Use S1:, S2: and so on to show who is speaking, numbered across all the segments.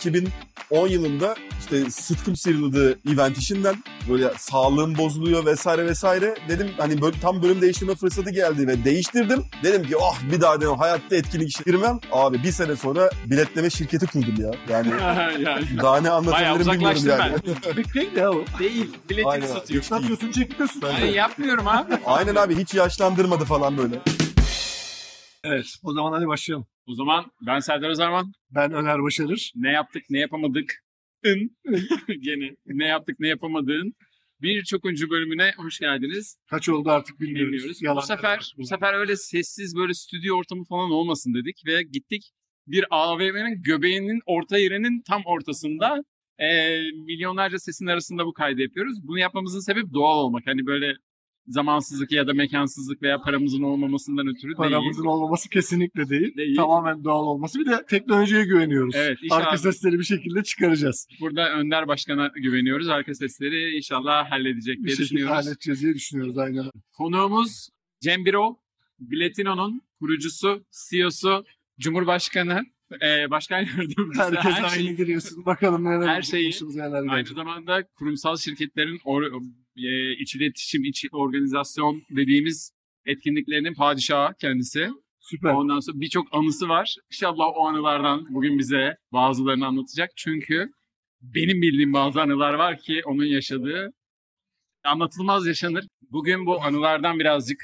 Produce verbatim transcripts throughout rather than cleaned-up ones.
S1: iki bin on yılında işte sıtkım sıyrıldı event işinden. Böyle sağlığım bozuluyor vesaire vesaire. Dedim hani böyle tam bölüm değiştirme fırsatı geldi ve değiştirdim. Dedim ki oh bir daha dedim hayatta etkinlik işe girmem. Abi bir sene sonra biletleme şirketi kurdum ya. Yani, yani. Daha ne anlatabilirim bilmiyorum yani.
S2: Bekleyin ya o.
S3: Değil. Biletini
S1: Aynen,
S3: satıyor.
S2: Satıyorsun, çekiyorsun.
S3: Hayır yapmıyorum abi.
S1: Aynen abi hiç yaşlandırmadı falan böyle.
S2: Evet, o zaman hadi başlayalım.
S3: O zaman ben Serdar Özarman.
S2: Ben Öner Başarır.
S3: Ne yaptık ne yapamadık. Ün. Gene ne yaptık ne yapamadığın birçok oyuncu bölümüne hoş geldiniz.
S2: Kaç oldu artık bilmiyoruz.
S3: Bilmiyoruz.
S2: Yalan
S3: Bu sefer bu sefer öyle sessiz böyle stüdyo ortamı falan olmasın dedik ve gittik bir A V M'nin göbeğinin orta yerinin tam ortasında e, milyonlarca sesin arasında bu kaydı yapıyoruz. Bunu yapmamızın sebebi doğal olmak. Hani böyle zamansızlık ya da mekansızlık veya paramızın olmamasından ötürü değil.
S2: Paramızın olmaması kesinlikle değil.
S3: Değil.
S2: Tamamen doğal olması. Bir de teknolojiye güveniyoruz.
S3: Evet, inşallah.
S2: Arka sesleri bir şekilde çıkaracağız.
S3: Burada Önder Başkan'a güveniyoruz. Arka sesleri inşallah halledecek
S2: Bir
S3: diye
S2: şekilde
S3: düşünüyoruz.
S2: halledeceğiz diye düşünüyoruz aynen.
S3: Konuğumuz Cem Birol, Biletino'nun kurucusu, C E O'su, Cumhurbaşkanı, e, Başkan Yardımcısı.
S2: Herkes
S3: her
S2: aynı
S3: şey,
S2: giriyorsun. Bakalım neler
S3: her şeyi,
S2: neler
S3: aynı zamanda kurumsal şirketlerin or, e, iç iletişim, iç organizasyon dediğimiz etkinliklerinin padişahı kendisi.
S2: Süper.
S3: Ondan sonra birçok anısı var. İnşallah o anılardan bugün bize bazılarını anlatacak. Çünkü benim bildiğim bazı anılar var ki onun yaşadığı anlatılmaz yaşanır. Bugün bu anılardan birazcık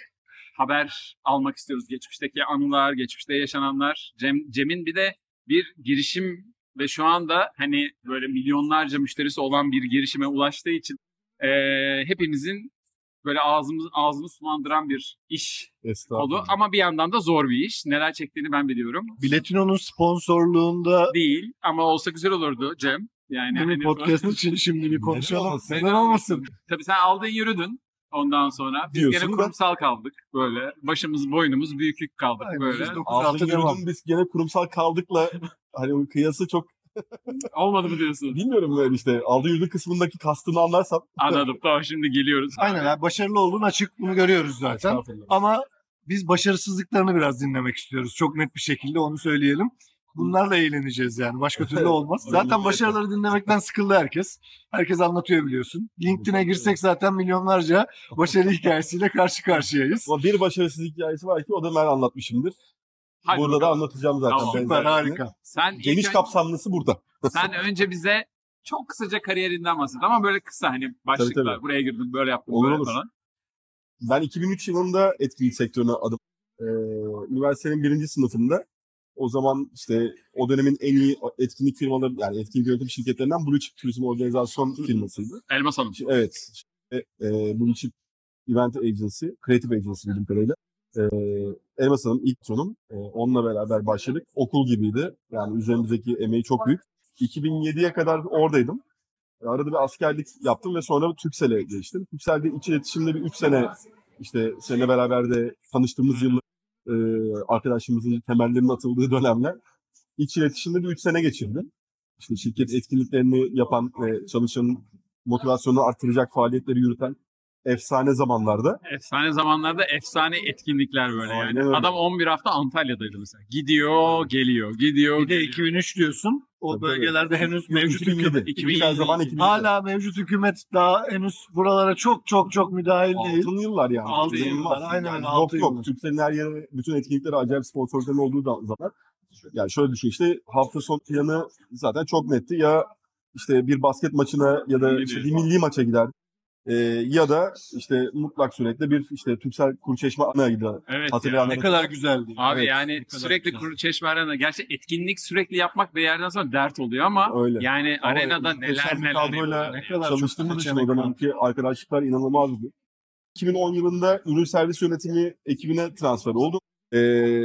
S3: haber almak istiyoruz. Geçmişteki anılar, geçmişte yaşananlar. Cem, Cem'in bir de bir girişim ve şu anda hani böyle milyonlarca müşterisi olan bir girişime ulaştığı için e, hepimizin böyle ağzımız ağzını sulandıran bir iş kolu ama bir yandan da zor bir iş. Neler çektiğini ben biliyorum.
S2: Biletino'nun sponsorluğunda
S3: Değil ama olsa güzel olurdu Cem. Yani
S2: hani podcast için şimdi bir konuşalım. Neden olmasın?
S3: Tabii sen aldın yürüdün ondan sonra. Biz
S1: Diyorsun
S3: gene
S1: da.
S3: kurumsal kaldık böyle. Başımız boynumuz büyük kaldık
S2: Aynen,
S3: böyle.
S2: biz dokuz
S1: Aldın
S2: altı devam.
S1: yürüdün biz gene kurumsal kaldıkla hani o kıyası çok
S3: Olmadı mı diyorsun?
S1: bilmiyorum böyle işte aldın yürüdün kısmındaki kastını anlarsam.
S3: Anladım. Tamam şimdi geliyoruz.
S2: Aynen abi, başarılı olduğun açık, bunu görüyoruz zaten.
S1: Estağfurullah.
S2: Ama biz başarısızlıklarını biraz dinlemek istiyoruz. Çok net bir şekilde onu söyleyelim. Bunlarla eğleneceğiz yani. Başka türlü olmaz. Zaten başarıları dinlemekten sıkıldı herkes. Herkes anlatıyor biliyorsun. LinkedIn'e girsek zaten milyonlarca başarı hikayesiyle karşı karşıyayız.
S1: Ama bir başarısız hikayesi var ki o da ben anlatmışımdır.
S3: Hadi
S1: burada da
S3: bakalım.
S1: anlatacağım zaten.
S3: Tamam.
S2: Süper,
S1: benzerini.
S2: harika.
S3: Sen ilk
S1: Geniş
S3: önce-
S1: kapsamlısı burada.
S3: Sen önce bize çok kısaca kariyerinden bahset ama böyle kısa hani başlıklar.
S1: Tabii, tabii.
S3: Buraya girdim böyle yaptım
S1: Olur,
S3: böyle
S1: olur.
S3: falan.
S1: Ben iki bin üç yılında etkinlik sektörüne adım. Ee, üniversitenin birinci sınıfında o zaman işte o dönemin en iyi etkinlik firmaları yani etkinlik yönetim şirketlerinden Blue Chip Turizm Organizasyon firmasıydı.
S3: Elmas Hanım.
S1: Şimdi, evet. E, e, Blue Chip Event Agency, Creative Agency bildiğim kadarıyla. E, Elmas Hanım ilk sonum. E, onunla beraber başladık. Okul gibiydi. Yani üzerimizdeki emeği çok büyük. iki bin yediye kadar oradaydım. Arada bir askerlik yaptım ve sonra Turkcell'e geçtim. Turkcell'de iç iletişimde bir üç sene işte seninle beraber de tanıştığımız yıl e, arkadaşımızın temellerinin atıldığı dönemler. İç iletişimde bir üç sene geçirdim. İşte şirket etkinliklerini yapan ve çalışanın motivasyonunu artıracak faaliyetleri yürüten efsane zamanlarda.
S3: Efsane zamanlarda efsane etkinlikler böyle
S1: Aynen
S3: yani.
S1: öyle.
S3: Adam on bir hafta Antalya'daydı mesela. Gidiyor, geliyor, gidiyor.
S2: Bir de
S3: geliyor.
S2: iki bin üç diyorsun. O
S1: Tabii,
S2: bölgelerde henüz mevcut
S1: iki bin yedi.
S2: hükümet.
S3: iki bin
S1: Her zaman iki bin yedi.
S2: Hala mevcut hükümet daha henüz buralara çok çok çok müdahil değil.
S1: Altın yıllar yani.
S2: Altın
S1: İnanılmaz.
S2: yıllar, aynen öyle,
S1: Yok
S2: altın
S1: yok.
S2: yıllar.
S1: Türkcell'in her yeri, bütün etkinliklere acayip sponsorların olduğu zaman. Yani şöyle düşün işte hafta sonu planı zaten çok netti. Ya işte bir basket maçına ya da işte bir milli maça gider. Ee, ya da işte mutlak suretle bir işte Türksel Kuruçeşme Ana'ya gider.
S3: Evet
S1: Hatırlayanlar.
S2: Ne kadar güzeldi.
S3: Abi
S1: Evet,
S3: yani
S2: ne kadar
S3: sürekli
S2: güzel.
S3: kuru çeşme arena. Gerçi etkinlik sürekli yapmak bir yerden sonra dert oluyor ama
S1: Öyle.
S3: yani
S1: Ama
S3: arenada
S1: muhteşem
S3: neler
S1: bir
S3: neler
S1: kadroyla
S3: yapıyorlar.
S2: Ne kadar
S1: çalıştığımı
S2: çok
S1: düşünüyorum. O dönemki arkadaşlıklar inanılmazdı. iki bin on yılında ürün servis yönetimi ekibine transfer oldum. Ee,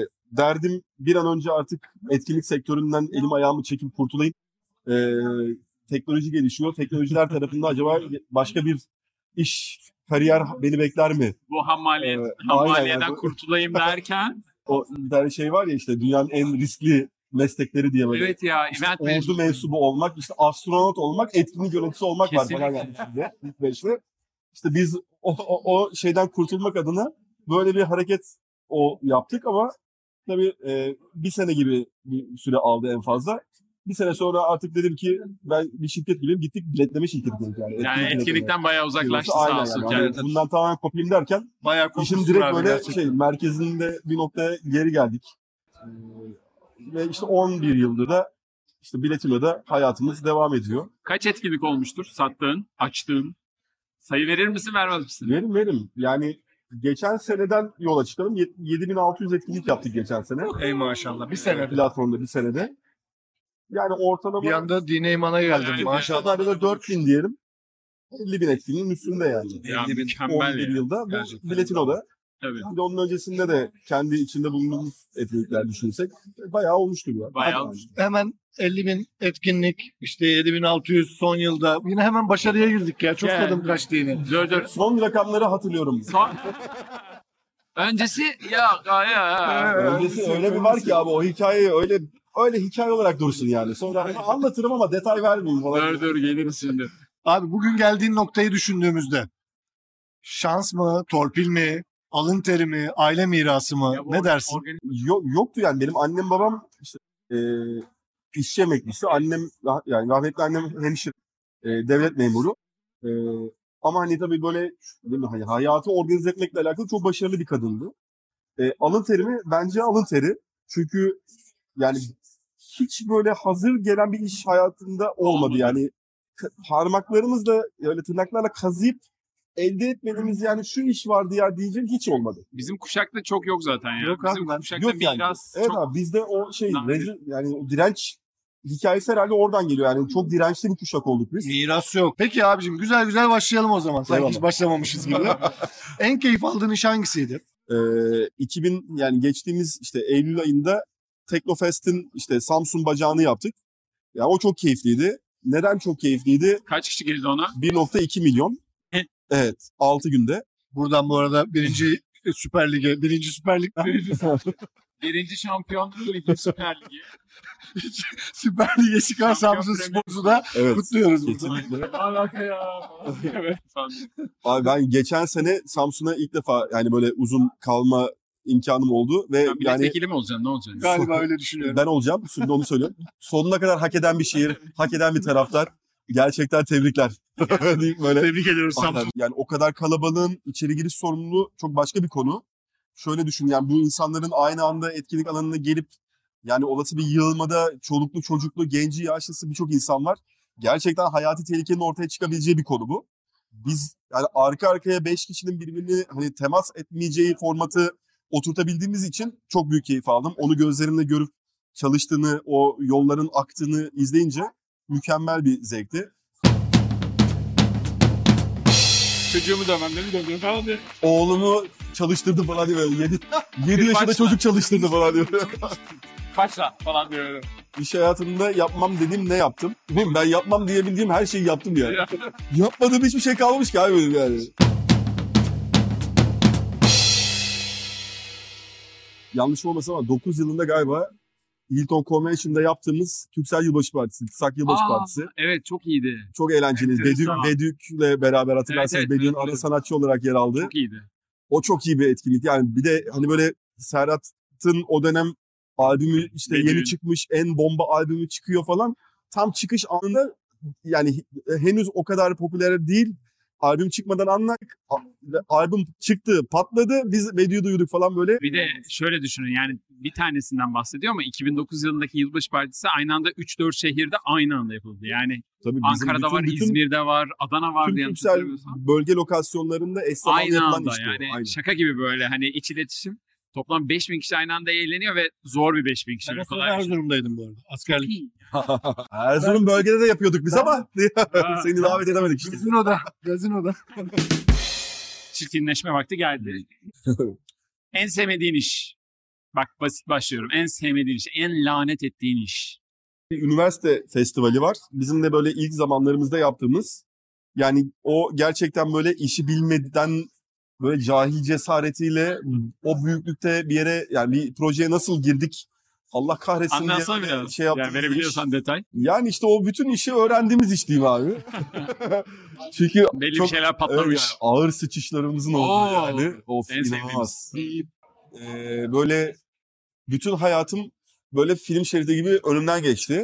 S1: derdim bir an önce artık etkinlik sektöründen elim ayağımı çekip kurtulayım. Ee, teknoloji gelişiyor. Teknolojiler tarafında acaba başka bir iş, kariyer beni bekler mi?
S3: Bu hammaliyet,
S1: Ee,
S3: hammaliyeden
S1: aynen.
S3: kurtulayım derken
S1: O bir tane şey var ya işte dünyanın en riskli meslekleri diye böyle.
S3: evet ya
S1: İşte
S3: event
S1: ordu
S3: mensubu.
S1: mensubu olmak, işte astronot olmak, etkinlik yöneticisi olmak
S3: Kesinlikle.
S1: var falan yani şimdi ilk beşte. İşte biz o, o, o şeyden kurtulmak adına böyle bir hareket o yaptık ama tabii e, bir sene gibi bir süre aldı en fazla. Bir sene sonra artık dedim ki ben bir şirket gireyim. Gittik biletleme şirketi kurduk yani.
S3: Yani
S1: Etkinlik
S3: etkinlikten
S1: biletleme.
S3: bayağı uzaklaştı
S1: Aynen
S3: sağ olsun.
S1: yani.
S3: Yani.
S1: Hani bundan tamamen kopayım derken
S2: Bayağı
S1: işin
S2: korkusuz
S1: direkt
S2: abi
S1: böyle
S2: gerçekten.
S1: şey merkezinde bir noktaya geri geldik. Ee, ve işte on bir yıldır da işte Biletino'da hayatımız devam ediyor.
S3: Kaç etkinlik olmuştur sattığın, açtığın? Sayı verir misin, vermez misin?
S1: Verim verim. Yani geçen seneden yola çıkalım. yedi bin altı yüz etkinlik yaptık geçen sene.
S2: Ey maşallah. Bir sene.
S1: Platformda bir senede. Yani ortalama
S2: Bir anda dine imana geldim
S3: Evet,
S2: maşallah.
S1: Maşallah dört bin diyelim. elli bin etkinliğin üstünde yani.
S3: Ya,
S2: elli bin,
S3: mükemmel
S1: on bir
S3: ya.
S1: yılda. Bu
S2: Gerçekten.
S1: Biletino'da.
S3: Tabii.
S1: Bir de onun öncesinde de kendi içinde bulunduğumuz etkinlikler düşünsek bayağı olmuştur ya.
S3: Bayağı
S1: Yani.
S3: olmuştur.
S2: Hemen elli bin etkinlik, işte yedi bin altı yüz son yılda. Yine hemen başarıya girdik ya. Çok
S3: Yani.
S2: tadım kaçtı yine.
S3: Dur dur.
S1: Son rakamları hatırlıyorum.
S3: Son... Öncesi ya ya ya.
S1: Öncesi öyle bir var ki abi o hikayeyi öyle öyle hikaye olarak dursun yani. Sonra anlatırım ama detay vermeyeyim falan.
S3: Dur dur geliriz şimdi.
S2: Abi bugün geldiğin noktayı düşündüğümüzde şans mı, torpil mi, alın teri mi, aile mirası mı?
S3: Ya bu
S2: Ne dersin?
S3: organi-
S1: Yok, yoktu yani benim annem babam işte e, işçi emeklisi. Annem rah- yani rahmetli annem hemşire, e, devlet memuru. E, ama hani tabii böyle değil mi, hani hayatı organize etmekle alakalı çok başarılı bir kadındı. E, alın teri mi? Bence alın teri. Çünkü yani hiç böyle hazır gelen bir iş hayatında olmadı.
S3: Olmadı.
S1: Yani k- parmaklarımızla öyle tırnaklarla kazıyıp elde etmediğimiz yani şu iş vardı ya diyeceğim hiç olmadı.
S3: Bizim kuşakta çok yok zaten ya.
S2: Yok abi,
S3: Bizim
S2: ben-
S3: kuşakta
S1: Yok yani.
S3: miras
S1: Evet
S3: çok
S1: abi bizde o şey
S3: nadir.
S1: rezi, yani o direnç hikayesi herhalde oradan geliyor. Yani çok dirençli bir kuşak olduk biz.
S2: Miras yok. Peki abicim güzel güzel başlayalım o zaman. Sanki
S1: Eyvallah.
S2: hiç başlamamışız gibi. En keyif aldığın iş hangisiydi?
S1: Ee, iki bin yani geçtiğimiz işte Eylül ayında Teknofest'in işte Samsun bacağını yaptık. Ya o çok keyifliydi. Neden çok keyifliydi?
S3: Kaç kişi girdi ona?
S1: bir nokta iki milyon.
S3: Heh.
S1: Evet. altı günde.
S2: Buradan bu arada birinci Süper Lig'e, birinci Süper Lig,
S3: Birinci Şampiyonlar Ligi Süper Ligi.
S2: Süper Lig'e çıkan
S3: Şampiyon
S2: Samsun
S3: Premier-
S2: Spor'u da
S1: Evet.
S2: kutluyoruz burada.
S1: Kesinlikle.
S3: Ne alaka ya? Evet. falan.
S1: Abi ben geçen sene Samsun'a ilk defa yani böyle uzun kalma imkanım oldu ve
S3: Sen
S1: yani
S3: milletvekili mi olacaksın? Ne olacaksın?
S2: Galiba öyle düşünüyorum.
S1: ben olacağım. Şimdi onu söylüyorum. Sonuna kadar hak eden bir şehir, hak eden bir taraftar. Gerçekten tebrikler. Deyip böyle.
S2: Tebrik ediyoruz
S1: Aynen.
S2: Samsun.
S1: Yani o kadar kalabalığın içeri giriş sorumluluğu çok başka bir konu. Şöyle düşün yani bu insanların aynı anda etkinlik alanına gelip yani olası bir yığılmada çoluklu çocuklu genci yaşlısı birçok insan var. Gerçekten hayati tehlikenin ortaya çıkabileceği bir konu bu. Biz yani arka arkaya beş kişinin birbirini hani temas etmeyeceği formatı oturtabildiğimiz için çok büyük keyif aldım. Onu gözlerimle görüp çalıştığını, o yolların aktığını izleyince mükemmel bir zevkti.
S3: Çocuğumu dövmem de mi dövmem falan diye.
S1: Oğlumu çalıştırdı falan diyor. yedi yedi yaşında
S3: başla.
S1: çocuk çalıştırdı falan diyor.
S3: Başla falan diyor.
S1: İş hayatımda yapmam dediğim ne yaptım? Değil mi? Ben yapmam diyebildiğim her şeyi yaptım yani. Yapmadığım hiçbir şey kalmamış ki abi benim yani. Yanlış olmasın ama dokuz yılında galiba Hilton Convention'da yaptığımız Türksel Yılbaşı Partisi, Tsak Yılbaşı
S3: Aa,
S1: Partisi.
S3: evet çok iyiydi.
S1: Çok eğlenceli. Bedük,
S3: enteresan.
S1: Bedük'le beraber hatırlarsanız
S3: Evet, evet,
S1: Bedük'ün
S3: evet,
S1: ana
S3: evet.
S1: sanatçı olarak yer aldı.
S3: Çok iyiydi.
S1: O çok iyi bir etkinlik. Yani bir de hani böyle Serhat'ın o dönem albümü işte
S3: Bedük'ün.
S1: yeni çıkmış en bomba albümü çıkıyor falan. Tam çıkış anında yani henüz o kadar popüler değil. Albüm çıkmadan anladık. Albüm çıktı, patladı. Biz Bedük'ü duyduk falan böyle.
S3: Bir de şöyle düşünün yani bir tanesinden bahsediyor ama iki bin dokuz yılındaki Yılbaşı Partisi aynı anda üç dört şehirde aynı anda yapıldı. Yani
S1: Tabii bizim
S3: Ankara'da
S1: bütün-
S3: var,
S1: bütün
S3: İzmir'de var, Adana var
S1: tüm
S3: diye
S1: Türksel
S3: hatırlamıyorsam.
S1: bölge lokasyonlarında eş zamanlı
S3: Aynı
S1: yapılan
S3: anda
S1: işte o.
S3: yani
S1: Aynen.
S3: şaka gibi böyle hani iç iletişim. Toplam beş bin kişi aynı anda eğleniyor ve zor bir beş bin kişi.
S2: Ben o
S3: Bir
S2: sırada
S3: kolay bir şey.
S2: Erzurum'daydım bu arada. Askerlik.
S3: değil.
S1: Erzurum bölgede de yapıyorduk biz ama
S3: Ha.
S1: seni davet edemedik işte.
S2: Gazinoda. Gazinoda.
S3: Çirkinleşme vakti geldi. En sevmediğin iş. Bak basit başlıyorum. En sevmediğin iş, en lanet ettiğin iş.
S1: Bir üniversite festivali var. Bizim de böyle ilk zamanlarımızda yaptığımız. Yani o gerçekten böyle işi bilmeden böyle cahil cesaretiyle o büyüklükte bir yere yani bir projeye nasıl girdik Allah kahretsin
S3: Anlatsana
S1: diye
S3: biraz.
S1: şey
S3: Yani
S1: yaptığımız
S3: verebiliyorsan
S1: iş.
S3: detay.
S1: Yani işte o bütün işi öğrendiğimiz iş diyeyim abi. Çünkü
S3: Belli
S1: çok
S3: bir şeyler
S1: evet,
S3: patlamış.
S1: yani ağır sıçışlarımızın
S3: Oo,
S1: olduğu yani. Of
S3: en
S1: inanılmaz. Ee, böyle bütün hayatım böyle film şeridi gibi önümden geçti.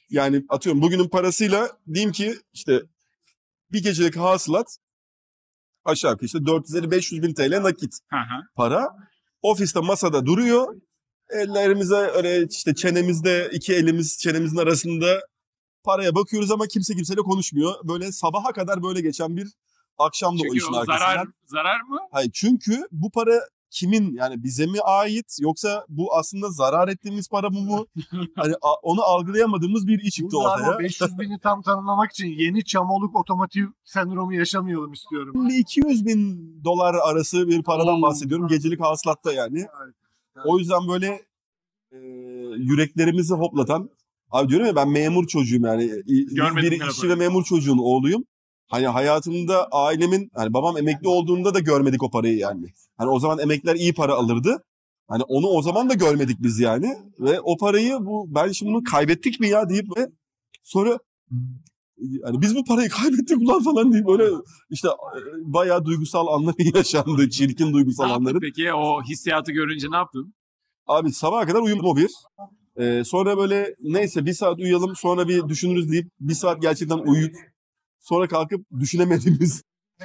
S1: Yani atıyorum bugünün parasıyla diyeyim ki işte bir gecelik hasılat aşağı yukarı işte dört yüz elli beş yüz bin T L nakit
S3: Hı hı.
S1: para. Ofiste masada duruyor. Ellerimize öyle işte çenemizde iki elimiz çenemizin arasında paraya bakıyoruz ama kimse kimseyle konuşmuyor. Böyle sabaha kadar böyle geçen bir akşam da o
S3: Çünkü
S1: işin
S3: o
S1: arkasından.
S3: zarar, zarar mı?
S1: Hayır, çünkü bu para kimin, yani bize mi ait yoksa bu aslında zarar ettiğimiz para mı mu? Hani a- onu algılayamadığımız bir iş çıktı
S2: Burada ama
S1: ortaya.
S2: beş yüz bini tam tanımlamak için yeni çamoluk otomotiv sendromu yaşamayalım istiyorum.
S1: elli iki yüz bin dolar arası bir paradan
S3: Oo.
S1: bahsediyorum. Gecelik hasılatta yani. O yüzden böyle e, yüreklerimizi hoplatan, abi diyorum ya ben memur çocuğum yani. İ-
S3: Görmedim
S1: bir
S3: ben
S1: işçi
S3: o
S1: ve memur çocuğun oğluyum. Hani hayatımda ailemin, hani babam emekli olduğunda da görmedik o parayı yani. Hani o zaman emekliler iyi para alırdı. Hani onu o zaman da görmedik biz yani. Ve o parayı bu ben şimdi bunu kaybettik mi ya deyip ve sonra yani biz bu parayı kaybettik ulan falan deyip böyle işte e, bayağı duygusal anları yaşandı. Çirkin
S3: Ne
S1: duygusal
S3: yaptın
S1: anların.
S3: peki? O hissiyatı görünce ne yaptın?
S1: Abi sabaha kadar uyudum o bir. Ee, sonra böyle neyse bir saat uyuyalım sonra bir düşünürüz deyip bir saat gerçekten uyuyup sonra kalkıp düşünemediğimiz.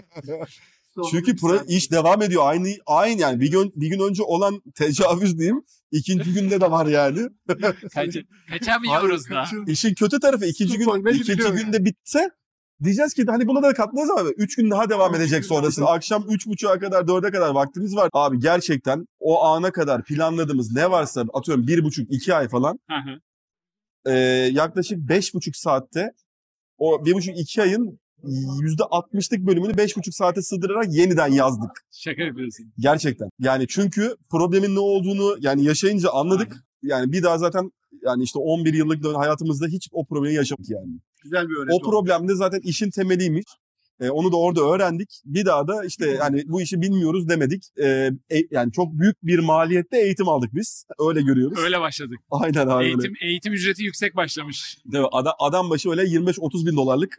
S1: Çünkü pro, iş devam ediyor. Aynı aynı yani bir gün bir gün önce olan tecavüz diyeyim. İkinci günde de var yani.
S3: Kaç, kaçamıyoruz da.
S1: İşin kötü tarafı ikinci gün
S2: Stockholm'e
S1: ikinci
S2: gidiliyor
S1: günde bitse diyeceğiz ki hani buna da katlarız abi. Üç gün daha devam
S2: Üç
S1: edecek
S2: gün
S1: sonrasında.
S2: daha.
S1: Akşam üç buçuğa kadar dörde kadar vaktimiz var. Abi gerçekten o ana kadar planladığımız ne varsa atıyorum bir buçuk iki ay falan
S3: Hı hı.
S1: e, yaklaşık beş buçuk saatte o bir buçuk iki ayın yüzde altmışlık bölümünü beş buçuk saate sığdırarak yeniden yazdık.
S3: Şaka yapıyorsun.
S1: Gerçekten. Yani çünkü problemin ne olduğunu yani yaşayınca anladık. Yani bir daha zaten yani işte on bir yıllık dön- hayatımızda hiç o problemi yaşamadık yani.
S2: Güzel bir öğreti
S1: O problem de zaten işin temeliymiş. E, onu da orada öğrendik. Bir daha da işte yani bu işi bilmiyoruz demedik. E, e, yani çok büyük bir maliyette eğitim aldık biz. Öyle görüyoruz.
S3: Öyle başladık.
S1: Aynen abi.
S3: Eğitim
S1: Öyle.
S3: eğitim ücreti yüksek başlamış.
S1: Değil mi? Adam, adam başı öyle yirmi beş otuz bin dolarlık.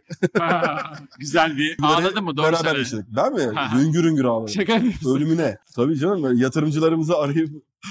S3: Güzel bir. Ağladın mı? Doğru
S1: Beraber
S3: söyle.
S1: yaşadık. Ben mi?
S3: Ha.
S1: Hüngür hüngür ağladım.
S3: Şaka yapıyorsun.
S1: Ölümüne. Tabii canım böyle yatırımcılarımızı arayıp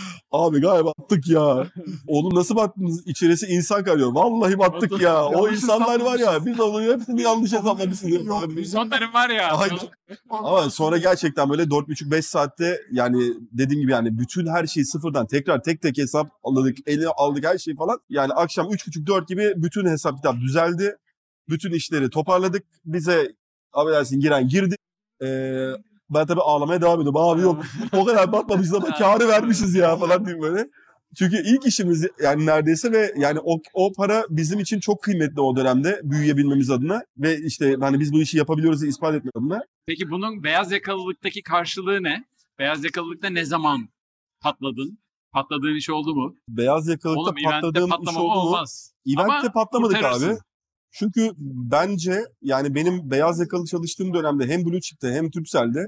S1: abi galiba battık ya. Oğlum nasıl battınız? İçerisi insan karıyor. Vallahi battık ya. O
S2: Yanlış
S1: insanlar var ya.
S2: hesaplamışız.
S1: Biz onu hepsini yanlış hesaplamışız. Abi.
S3: Sonların var ya.
S1: Aynen. Ama sonra gerçekten böyle dört buçuk beş saatte yani dediğim gibi yani bütün her şeyi sıfırdan tekrar tek tek hesap aldık. Eline aldık her şeyi falan. Yani akşam üç buçuk dört gibi bütün hesap kitap düzeldi. Bütün işleri toparladık. Bize affedersin giren girdi. Ee, ben tabii ağlamaya devam ediyorum. Abi yok o kadar batmamışız ama kârı vermişiz ya falan diyeyim böyle. Çünkü ilk işimiz yani neredeyse ve yani o, o para bizim için çok kıymetli o dönemde büyüyebilmemiz adına ve işte hani biz bu işi yapabiliyoruz diye ispat etmek adına.
S3: Peki bunun beyaz yakalılıktaki karşılığı ne? Beyaz yakalılıkta ne zaman patladın? Patladığın iş oldu mu?
S1: Beyaz yakalıkta
S3: Oğlum eventte
S1: patladığım iş
S3: patlamama
S1: oldu mu?
S3: olmaz.
S1: Event'te
S3: Ama
S1: patlamadık
S3: kurtarırsın.
S1: abi. Çünkü bence yani benim beyaz yakalı çalıştığım dönemde hem Blue Chip'te hem Turkcell'de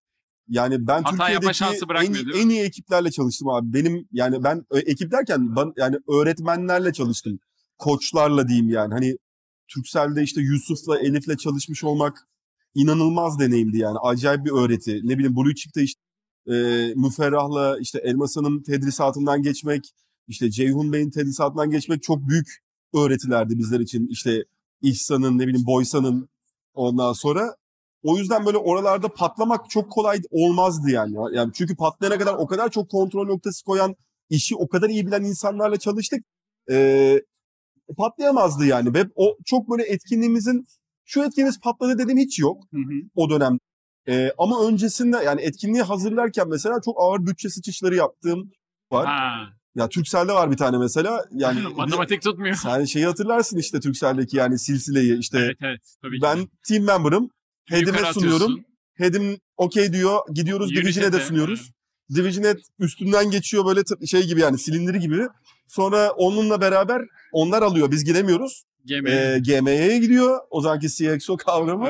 S1: yani ben
S3: Hata yapma
S1: Türkiye'deki
S3: şansı
S1: en,
S3: bırakmıyor,
S1: iyi-
S3: değil mi?
S1: en iyi ekiplerle çalıştım abi. Benim yani ben ö- ekip derken ben, yani öğretmenlerle çalıştım. Koçlarla diyeyim yani. Hani Turkcell'de işte Yusuf'la Elif'le çalışmış olmak inanılmaz deneyimdi yani. Acayip bir öğreti. Ne bileyim Blue Chip'te işte e, Müferrah'la işte Elmasa'nın tedrisatından geçmek, işte Ceyhun Bey'in tedrisatından geçmek çok büyük öğretilerdi bizler için. İşte İhsan'ın ne bileyim Boysa'nın ondan sonra. O yüzden böyle oralarda patlamak çok kolay olmazdı yani. Yani çünkü patlayana kadar o kadar çok kontrol noktası koyan, işi o kadar iyi bilen insanlarla çalıştık. Ee, patlayamazdı yani. Ve o çok böyle etkinliğimizin şu etkinliğimiz patladı dediğim hiç yok
S3: Hı hı.
S1: o dönem. Ee, ama öncesinde yani etkinliği hazırlarken mesela çok ağır bütçe sıçışları yaptığım var.
S3: Ha.
S1: Ya Turkcell'de var bir tane mesela. Yani
S3: Matematik tutmuyor.
S1: sen şeyi hatırlarsın işte Turkcell'deki yani silsileyi işte
S3: Evet evet. Tabii ki.
S1: ben team member'ım. Head'ime
S3: Yukarı
S1: sunuyorum.
S3: atıyorsun.
S1: Head'im okey diyor. Gidiyoruz
S3: United'e,
S1: Division'e de sunuyoruz. Division'e üstünden geçiyor böyle tı- şey gibi yani silindiri gibi. Sonra onunla beraber onlar alıyor. Biz gidemiyoruz.
S3: Gemi.
S1: Ee, G M Y'ye gidiyor. O zamanki C X O kavramı.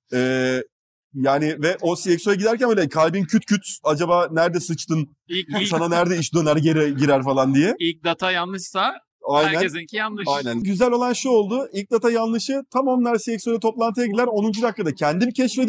S1: Ee, yani ve o C X O'ya giderken böyle kalbin küt küt. Acaba nerede sıçtın?
S3: İlk, ilk,
S1: Sana nerede iş döner geri girer falan diye.
S3: ilk data yanlışsa
S1: Aynen.
S3: herkesinki yanlış.
S1: Aynen. Güzel olan şu oldu. İlk data yanlışı tam onlar C X O'ya toplantıya girdiler. onuncu dakikada kendim keşfedip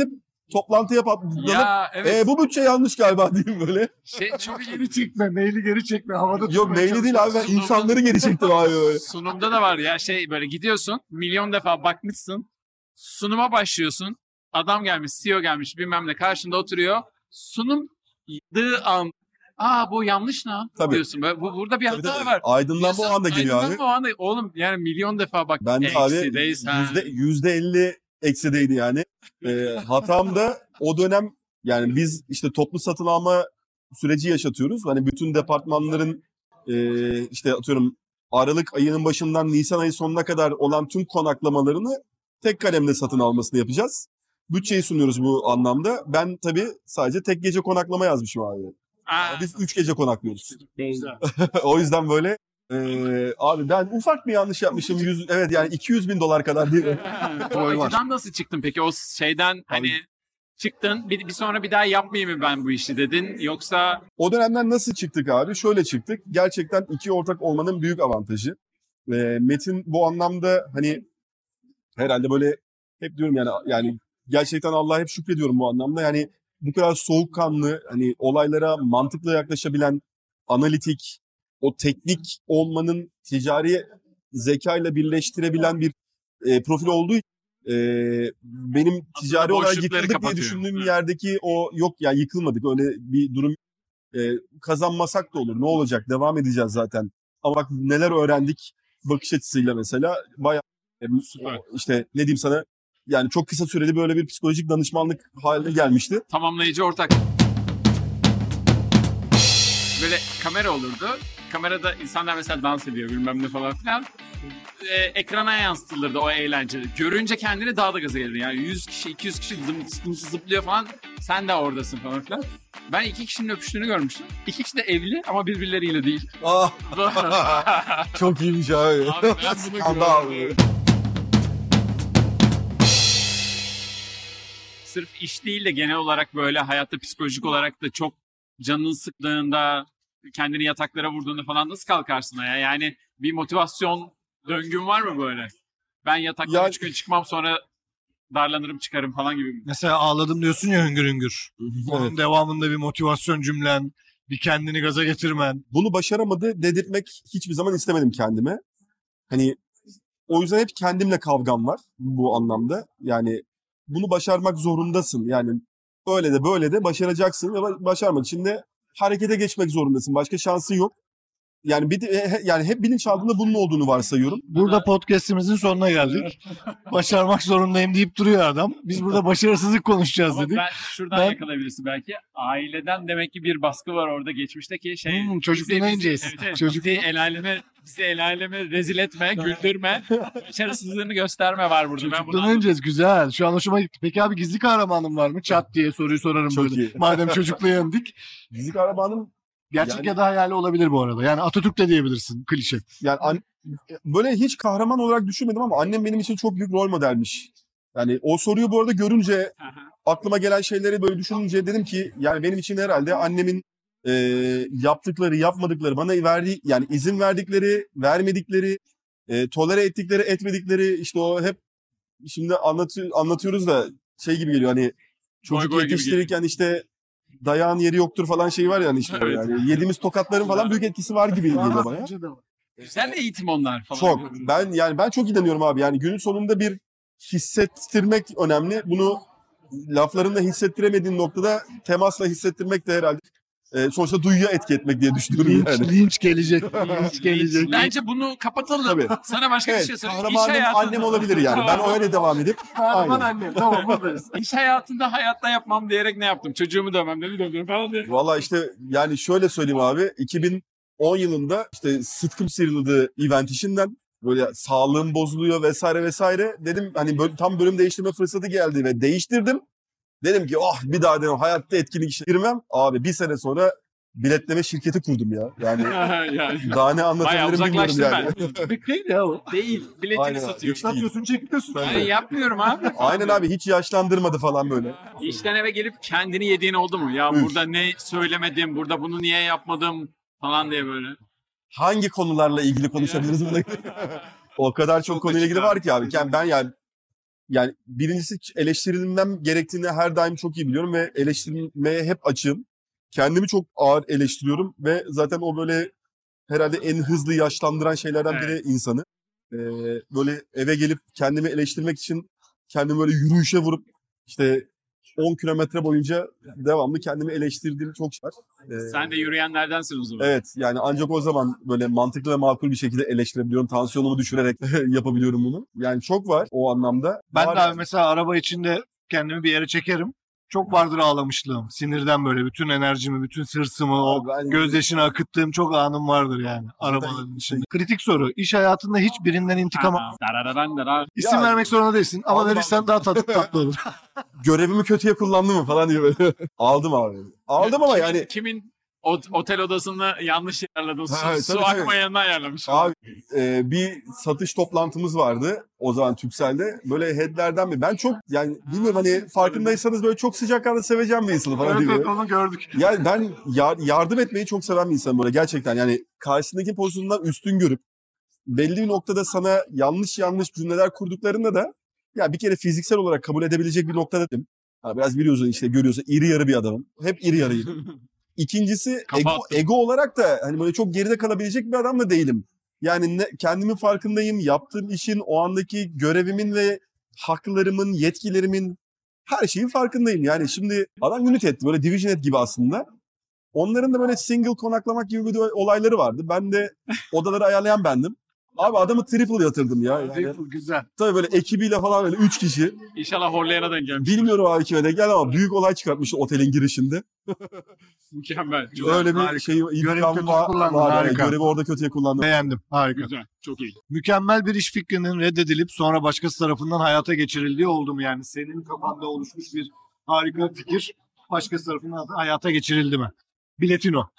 S1: toplantı yapıp
S3: Ya evet.
S1: e, bu bütçe yanlış galiba diyeyim böyle.
S3: Şey çok iyi.
S2: Geri çekme, maili geri çekme. Havada
S1: Yok
S2: tutmaya
S1: maili değil abi ben
S3: Sunumda-
S1: insanları geri çektim abi böyle.
S3: Sunumda da var ya şey böyle gidiyorsun milyon defa bakmışsın. Sunuma başlıyorsun. Adam gelmiş, C E O gelmiş bilmem ne karşında oturuyor. Sunum yaptığı an aa bu yanlış lan
S1: Tabii.
S3: diyorsun. Böyle, bu, burada bir
S1: Tabii,
S3: hata
S1: tabii.
S3: var.
S1: Aydınlanma o anda geliyor abi.
S3: Aydınlanma o anda. Oğlum yani milyon defa bak.
S1: Ben de abi
S3: eksideysen.
S1: yüzde, yüzde elli eksideydi yani. Ee, hatam da o dönem yani biz işte toplu satın alma süreci yaşatıyoruz. Hani bütün departmanların e, işte atıyorum Aralık ayının başından Nisan ayı sonuna kadar olan tüm konaklamalarını tek kalemle satın almasını yapacağız. Bütçeyi sunuyoruz bu anlamda. Ben tabii sadece tek gece konaklama yazmışım abi.
S3: Aa,
S1: Biz üç gece konaklıyoruz.
S3: güzel.
S1: O yüzden böyle e, abi ben ufak bir yanlış yapmışım. yüz, evet yani iki yüz bin dolar kadar değil.
S3: O
S1: Var.
S3: acıdan nasıl çıktın peki? O şeyden hani çıktın bir, bir sonra bir daha yapmayayım mı ben bu işi dedin yoksa
S1: O dönemden nasıl çıktık abi? Şöyle çıktık. Gerçekten iki ortak olmanın büyük avantajı. E, Metin bu anlamda hani herhalde böyle hep diyorum yani yani gerçekten Allah'a hep şükrediyorum bu anlamda. Yani bu kadar soğukkanlı, hani olaylara mantıklı yaklaşabilen, analitik, o teknik olmanın ticari zekayla birleştirebilen bir e, profil olduğu için e, benim ticari olarak
S3: boşlukları
S1: yıkıldık diye
S3: kapatıyor.
S1: düşündüğüm
S3: Hı.
S1: yerdeki o yok ya yani yıkılmadık öyle bir durum. E, kazanmasak da olur ne olacak devam edeceğiz zaten. Ama bak neler öğrendik bakış açısıyla mesela bayağı e,
S3: Süper.
S1: o işte ne diyeyim sana yani çok kısa süreli böyle bir psikolojik danışmanlık haline gelmişti.
S3: tamamlayıcı ortak. Böyle kamera olurdu. Kamerada insanlar mesela dans ediyor bilmem ne falan filan. Ee, ekrana yansıtılırdı o eğlence. Görünce kendini daha da gaza gelir. Yani yüz kişi, iki yüz kişi zım, zıplıyor falan. Sen de oradasın falan filan. Ben iki kişinin öpüştüğünü görmüştüm. İki kişi de evli ama birbirleriyle değil.
S1: Ah, çok iyiymiş abi.
S3: Abi ben bunu
S1: Skandal.
S3: gördüm. Sırf iş değil de genel olarak böyle hayatta psikolojik olarak da çok canının sıktığında, kendini yataklara vurduğunda falan nasıl kalkarsın ya? Yani bir motivasyon döngün var mı böyle? Ben yataktan
S1: Ya-
S3: üç gün çıkmam sonra darlanırım çıkarım falan gibi mi?
S2: Mesela ağladım diyorsun ya hüngür hüngür. Onun
S1: Evet.
S2: devamında bir motivasyon cümlen, bir kendini gaza getirmen.
S1: Bunu başaramadı dedirtmek hiçbir zaman istemedim kendime. Hani o yüzden hep kendimle kavgam var bu anlamda. Yani bunu başarmak zorundasın. Yani öyle de böyle de başaracaksın ve başarmak için de harekete geçmek zorundasın. Başka şansın yok. Yani bir de, he- yani hep bilinçaltında bunun olduğunu varsayıyorum.
S2: Burada podcast'imizin sonuna geldik. Başarmak zorundayım deyip duruyor adam. Biz burada başarısızlık konuşacağız
S3: Ama
S2: dedik.
S3: ben şuradan
S2: Ben-
S3: yakalayabilirsin belki. Aileden demek ki bir baskı var orada geçmişteki şey.
S2: Hmm, çocukluğuna
S3: bizi-
S2: ineceğiz.
S3: Evet, evet.
S2: Çocuk-
S3: Bizi el aleme, bizi el aleme rezil etme, güldürme. Başarısızlığını gösterme var burada. Ben bunu
S2: Çocukluğuna
S3: anladım.
S2: ineceğiz. Güzel. Şu an hoşuma gitti. Peki abi gizli kahramanın var mı? Çat diye soruyu sorarım
S1: Çok
S2: böyle.
S1: iyi.
S2: Madem çocukluğa yendik.
S1: Fizik arabanın
S2: Gerçek
S1: Yani-
S2: ya da hayali olabilir bu arada. Yani Atatürk de diyebilirsin. Klişe.
S1: yani an- böyle hiç kahraman olarak düşünmedim ama annem benim için çok büyük rol modelmiş. Yani o soruyu bu arada görünce
S3: Aha.
S1: aklıma gelen şeyleri böyle düşününce dedim ki yani benim için herhalde annemin e, yaptıkları, yapmadıkları, bana verdiği yani izin verdikleri, vermedikleri, e, tolere ettikleri, etmedikleri işte o hep şimdi anlatı, anlatıyoruz da şey gibi geliyor hani çocuk
S3: goy gibi
S1: yetiştirirken işte dayağın yeri yoktur falan şey var yani işte
S3: Evet.
S1: yani yediğimiz tokatların falan büyük etkisi var gibi geliyor bana.
S2: Bence de var.
S3: Güzel eğitim onlar falan.
S1: Çok. Ben yani ben çok inanıyorum abi. Yani günün sonunda bir hissettirmek önemli. Bunu laflarında hissettiremediğin noktada temasla hissettirmek de herhalde e, sonuçta duyuya etki etmek diye düşünüyorum
S2: Linç,
S1: yani.
S2: linç gelecek. Linç gelecek.
S3: Bence bunu kapatalım.
S1: Tabii.
S3: Sana başka bir
S1: Evet,
S3: şey söyleyeyim. İş
S1: kahramanım
S3: hayatında,
S1: annem olabilir yani. Ben öyle devam edip
S2: Kahraman
S1: aynen.
S2: annem. Tamam buradayız.
S3: iş hayatında hayatta yapmam diyerek ne yaptım? Çocuğumu dövmem, ne dövmem falan diye.
S1: Valla işte yani şöyle söyleyeyim abi. iki bin on yılında işte sıtkım sıyrıldı event işinden. Böyle sağlığım bozuluyor vesaire vesaire. Dedim hani böyle, tam bölüm değiştirme fırsatı geldi ve değiştirdim. Dedim ki oh bir daha dedim hayatta etkinlik işe girmem. Abi bir sene sonra biletleme şirketi kurdum ya. Yani
S3: yani.
S1: daha ne
S3: Bayağı
S1: anlatabilirim bilmiyorum
S3: uzaklaştım
S1: yani.
S3: ben.
S2: Demek değil ya o.
S3: Değil. Biletini
S1: Aynen abi.
S3: satıyor.
S1: Yok.
S2: Satıyorsun çekiliyorsun.
S3: Yani yapmıyorum abi.
S1: Aynen abi hiç yaşlandırmadı falan böyle.
S3: İşten eve gelip kendini yediğin oldu mu? Ya
S1: Üf.
S3: burada ne söylemedim, burada bunu niye yapmadım falan diye böyle.
S1: Hangi konularla ilgili konuşabiliriz bunu? O kadar çok,
S3: Çok
S1: konuyla ilgili
S3: açık
S1: var ki abi. Yani ben yani Yani birincisi eleştirilmem gerektiğini her daim çok iyi biliyorum ve eleştirilmeye hep açığım. Kendimi çok ağır eleştiriyorum ve zaten o böyle herhalde en hızlı yaşlandıran şeylerden biri
S3: Evet.
S1: insanı. Ee, böyle eve gelip kendimi eleştirmek için kendimi böyle yürüyüşe vurup işte on kilometre boyunca devamlı kendimi eleştirdiğim çok şey var. Ee,
S3: Sen de yürüyenlerdensin o zaman.
S1: Evet, yani ancak o zaman böyle mantıklı ve makul bir şekilde eleştirebiliyorum. Tansiyonumu düşürerek yapabiliyorum bunu. Yani çok var o anlamda.
S2: Ben
S1: Var
S2: de abi
S1: yani.
S2: mesela araba içinde kendimi bir yere çekerim. Çok vardır ağlamışlığım. Sinirden böyle bütün enerjimi, bütün hırsımı, o
S1: Abi ben-
S2: gözyaşını akıttığım çok anım vardır yani arabaların içinde. Kritik soru. İş hayatında hiç birinden intikam
S3: Ha, darararan darar.
S2: İsim
S1: Ya-
S2: vermek zorunda değilsin ama
S1: Aldım,
S2: verirsen
S1: aldım.
S2: daha tatlı, tatlı olur.
S1: Görevimi kötüye kullandım mı falan diye böyle. Aldım abi. Aldım ama
S3: Kimin-
S1: yani
S3: Kimin ot- otel odasını yanlış ayarladın. Su,
S1: Ha,
S3: su
S1: tabii, tabii.
S3: akmayanını ayarlamış.
S1: abi e, bir satış toplantımız vardı o zaman Turkcell'de. Böyle headlerden bir. Ben çok yani bilmiyorum hani farkındaysanız böyle çok sıcakkanlı seveceğim bir insanım falan
S2: Evet,
S1: diye.
S2: evet, onu gördük.
S1: Yani ben yar- yardım etmeyi çok seven bir insanım böyle gerçekten. Yani karşısındaki pozisyonundan üstün görüp belli bir noktada sana yanlış yanlış cümleler kurduklarında da ya bir kere fiziksel olarak kabul edebilecek bir noktada değilim. Ha, biraz biliyorsun işte görüyorsun iri yarı bir adamım. Hep iri yarıyım. İkincisi
S3: Kafa
S1: ego,
S3: attım.
S1: ego olarak da hani böyle çok geride kalabilecek bir adam da değilim. Yani ne, kendimin farkındayım. Yaptığım işin, o andaki görevimin ve haklarımın, yetkilerimin her şeyin farkındayım. Yani şimdi adam unit etti böyle division et gibi aslında. Onların da böyle single konaklamak gibi bir olayları vardı. Ben de odaları ayarlayan bendim. Abi adamı triple yatırdım ya. Yani,
S2: Triple, güzel.
S1: tabii böyle ekibiyle falan böyle üç kişi.
S3: İnşallah horlayana denk gelmiş.
S1: Bilmiyorum abi kime denk geldi ama büyük olay çıkartmış otelin girişinde.
S3: Mükemmel. Çok
S1: Öyle bir
S2: harika.
S1: şey
S2: Görevi
S1: intikam
S2: kötü
S1: var.
S2: kullandın,
S1: var yani.
S2: harika.
S1: Görevi orada kötüye kullandım.
S2: Beğendim. Harika.
S3: güzel. Çok iyi.
S2: Mükemmel bir iş fikrinin reddedilip sonra başkası tarafından hayata geçirildiği oldu mu? Yani senin kafanda oluşmuş bir harika fikir başkası tarafından hayata geçirildi mi? Biletin o.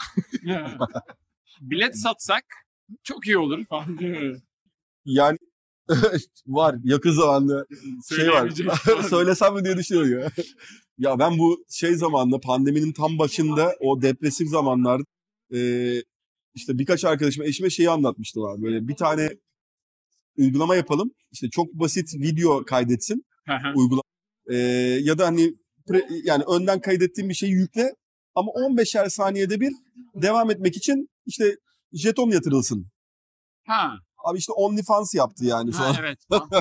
S3: Bilet satsak çok iyi olur falan.
S1: Yani var yakın zamanda şey var.
S3: Söyleyemeyeceğim.
S1: Söylesem mi diye düşünüyorum ya. Ya ben bu şey zamanında pandeminin tam başında o depresif zamanlar e, işte birkaç arkadaşıma eşime şeyi anlatmıştım abi. Böyle bir tane uygulama yapalım. İşte çok basit video kaydetsin uygulama. E, ya da hani pre- yani önden kaydettiğim bir şeyi yükle ama on beşer saniyede bir devam etmek için işte jeton yatırılsın.
S3: Ha.
S1: Abi işte OnlyFans yaptı yani
S3: Ha,
S1: sonra.
S3: evet.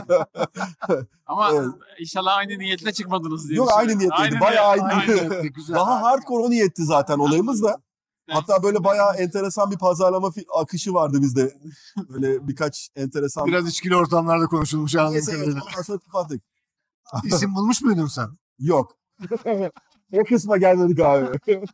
S3: Ama
S1: Evet.
S3: inşallah aynı niyetle çıkmadınız diye.
S1: Yok,
S3: düşünüyorum.
S1: aynı niyetliydi, bayağı aynı.
S2: Aynen. Güzel.
S1: Daha hardcore o niyetti zaten olayımız da. Hatta böyle bayağı enteresan bir pazarlama fi- akışı vardı bizde. Böyle birkaç enteresan...
S2: Biraz içkili ortamlarda konuşulmuş anladığım
S1: Neyse, evet,
S2: kadarıyla.
S1: ondan sonra kapattık.
S2: İsim bulmuş muydun sen?
S1: Yok. O kısma gelmedik abi.